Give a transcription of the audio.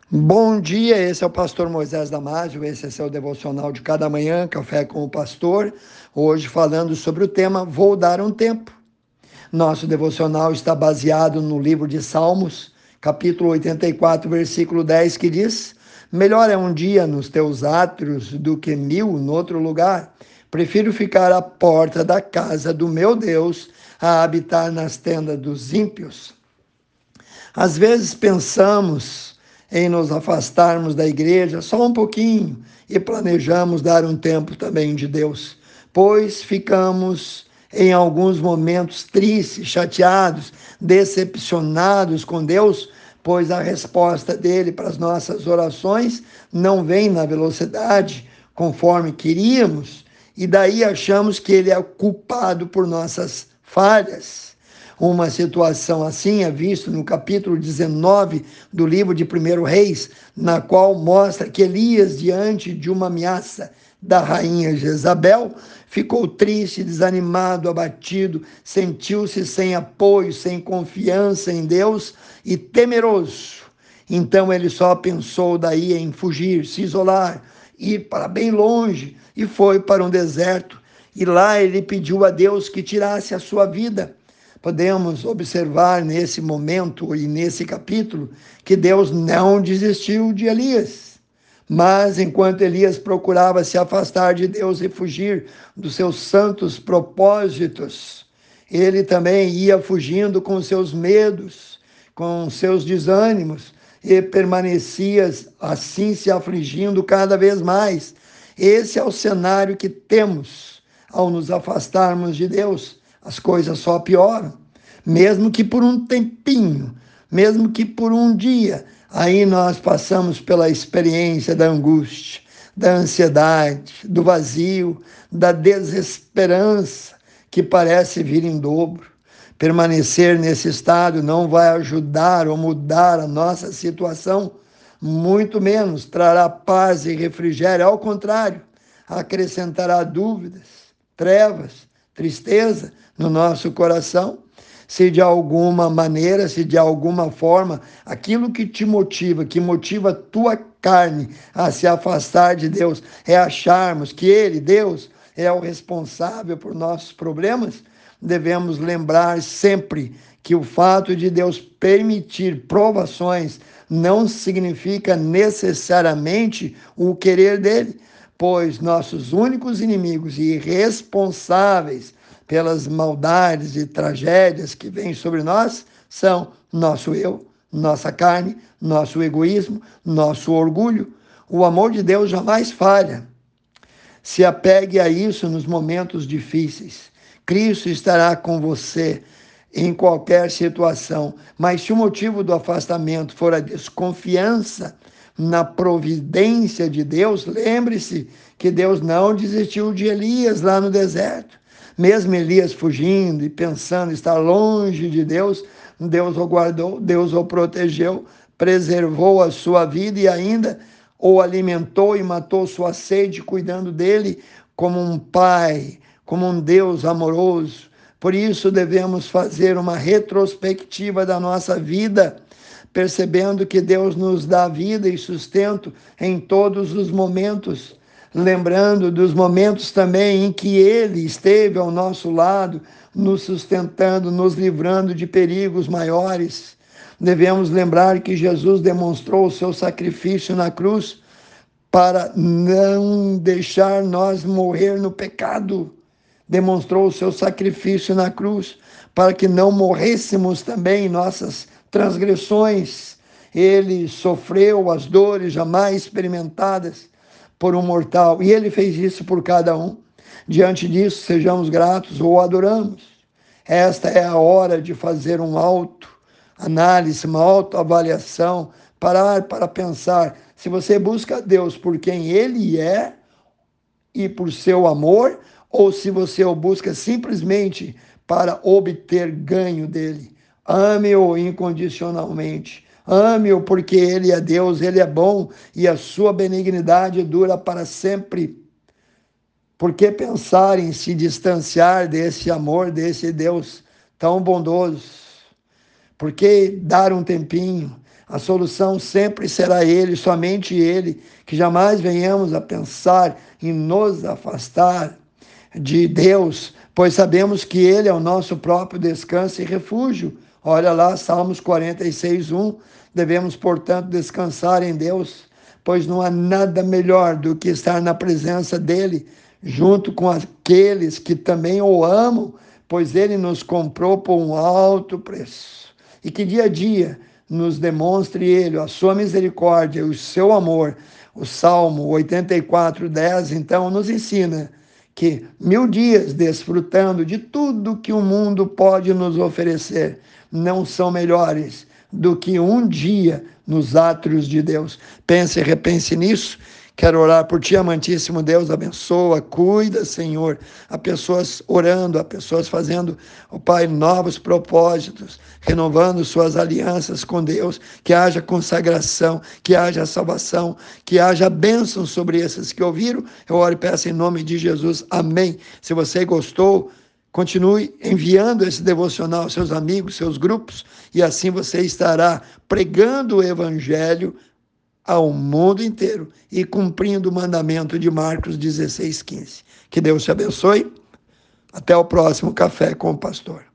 Bom dia, esse é o pastor Moisés Damásio, esse é seu devocional de cada manhã, Café com o Pastor. Hoje falando sobre o tema Vou Dar um Tempo. Nosso devocional está baseado no livro de Salmos, capítulo 84, versículo 10, que diz: Melhor é um dia nos teus átrios do que 1000 no outro lugar. Prefiro ficar à porta da casa do meu Deus a habitar nas tendas dos ímpios. Às vezes pensamos em nos afastarmos da igreja só um pouquinho e planejamos dar um tempo também de Deus, pois ficamos em alguns momentos tristes, chateados, decepcionados com Deus, pois a resposta dele para as nossas orações não vem na velocidade conforme queríamos, e daí achamos que ele é culpado por nossas falhas. Uma situação assim é visto no capítulo 19 do livro de 1 Reis, na qual mostra que Elias, diante de uma ameaça da rainha Jezabel, ficou triste, desanimado, abatido, sentiu-se sem apoio, sem confiança em Deus e temeroso. Então ele só pensou daí em fugir, se isolar, ir para bem longe e foi para um deserto. E lá ele pediu a Deus que tirasse a sua vida. Podemos observar nesse momento e nesse capítulo que Deus não desistiu de Elias. Mas enquanto Elias procurava se afastar de Deus e fugir dos seus santos propósitos, ele também ia fugindo com seus medos, com seus desânimos, e permanecia assim se afligindo cada vez mais. Esse é o cenário que temos ao nos afastarmos de Deus. As coisas só pioram, mesmo que por um tempinho, mesmo que por um dia. Aí nós passamos pela experiência da angústia, da ansiedade, do vazio, da desesperança, que parece vir em dobro. Permanecer nesse estado não vai ajudar ou mudar a nossa situação, muito menos trará paz e refrigério, ao contrário, acrescentará dúvidas, trevas, tristeza no nosso coração. Se de alguma maneira, se de alguma forma, aquilo que te motiva, que motiva a tua carne a se afastar de Deus, é acharmos que Ele, Deus, é o responsável por nossos problemas, devemos lembrar sempre que o fato de Deus permitir provações não significa necessariamente o querer dele, pois nossos únicos inimigos e responsáveis pelas maldades e tragédias que vêm sobre nós são nosso eu, nossa carne, nosso egoísmo, nosso orgulho. O amor de Deus jamais falha. Se apegue a isso nos momentos difíceis. Cristo estará com você em qualquer situação, mas se o motivo do afastamento for a desconfiança na providência de Deus, lembre-se que Deus não desistiu de Elias lá no deserto. Mesmo Elias fugindo e pensando estar longe de Deus, Deus o guardou, Deus o protegeu, preservou a sua vida e ainda o alimentou e matou sua sede, cuidando dele como um pai, como um Deus amoroso. Por isso devemos fazer uma retrospectiva da nossa vida, percebendo que Deus nos dá vida e sustento em todos os momentos, lembrando dos momentos também em que Ele esteve ao nosso lado, nos sustentando, nos livrando de perigos maiores. Devemos lembrar que Jesus demonstrou o seu sacrifício na cruz para não deixar nós morrer no pecado. Demonstrou o seu sacrifício na cruz para que não morrêssemos também em nossas transgressões. Ele sofreu as dores jamais experimentadas por um mortal, e ele fez isso por cada um. Diante disso, sejamos gratos ou adoramos. Esta é a hora de fazer um autoanálise, uma autoavaliação, parar para pensar se você busca Deus por quem Ele é e por seu amor, ou se você o busca simplesmente para obter ganho dele. Ame-o incondicionalmente. Ame-o porque ele é Deus, ele é bom e a sua benignidade dura para sempre. Por que pensar em se distanciar desse amor, desse Deus tão bondoso? Por que dar um tempinho? A solução sempre será Ele, somente Ele, que jamais venhamos a pensar em nos afastar de Deus, pois sabemos que Ele é o nosso próprio descanso e refúgio. Olha lá, Salmos 46:1. Devemos, portanto, descansar em Deus, pois não há nada melhor do que estar na presença dEle, junto com aqueles que também o amam, pois Ele nos comprou por um alto preço. E que dia a dia nos demonstre Ele a sua misericórdia e o seu amor. O Salmo 84:10, então, nos ensina que 1000 dias desfrutando de tudo que o mundo pode nos oferecer não são melhores do que um dia nos átrios de Deus. Pense e repense nisso. Quero orar por ti, amantíssimo Deus, abençoa, cuida, Senhor. Há pessoas orando, há pessoas fazendo, ó Pai, novos propósitos, renovando suas alianças com Deus, que haja consagração, que haja salvação, que haja bênção sobre esses que ouviram. Eu oro e peço em nome de Jesus, amém. Se você gostou, continue enviando esse devocional aos seus amigos, seus grupos, e assim você estará pregando o Evangelho ao mundo inteiro e cumprindo o mandamento de Marcos 16:15. Que Deus te abençoe. Até o próximo Café com o Pastor.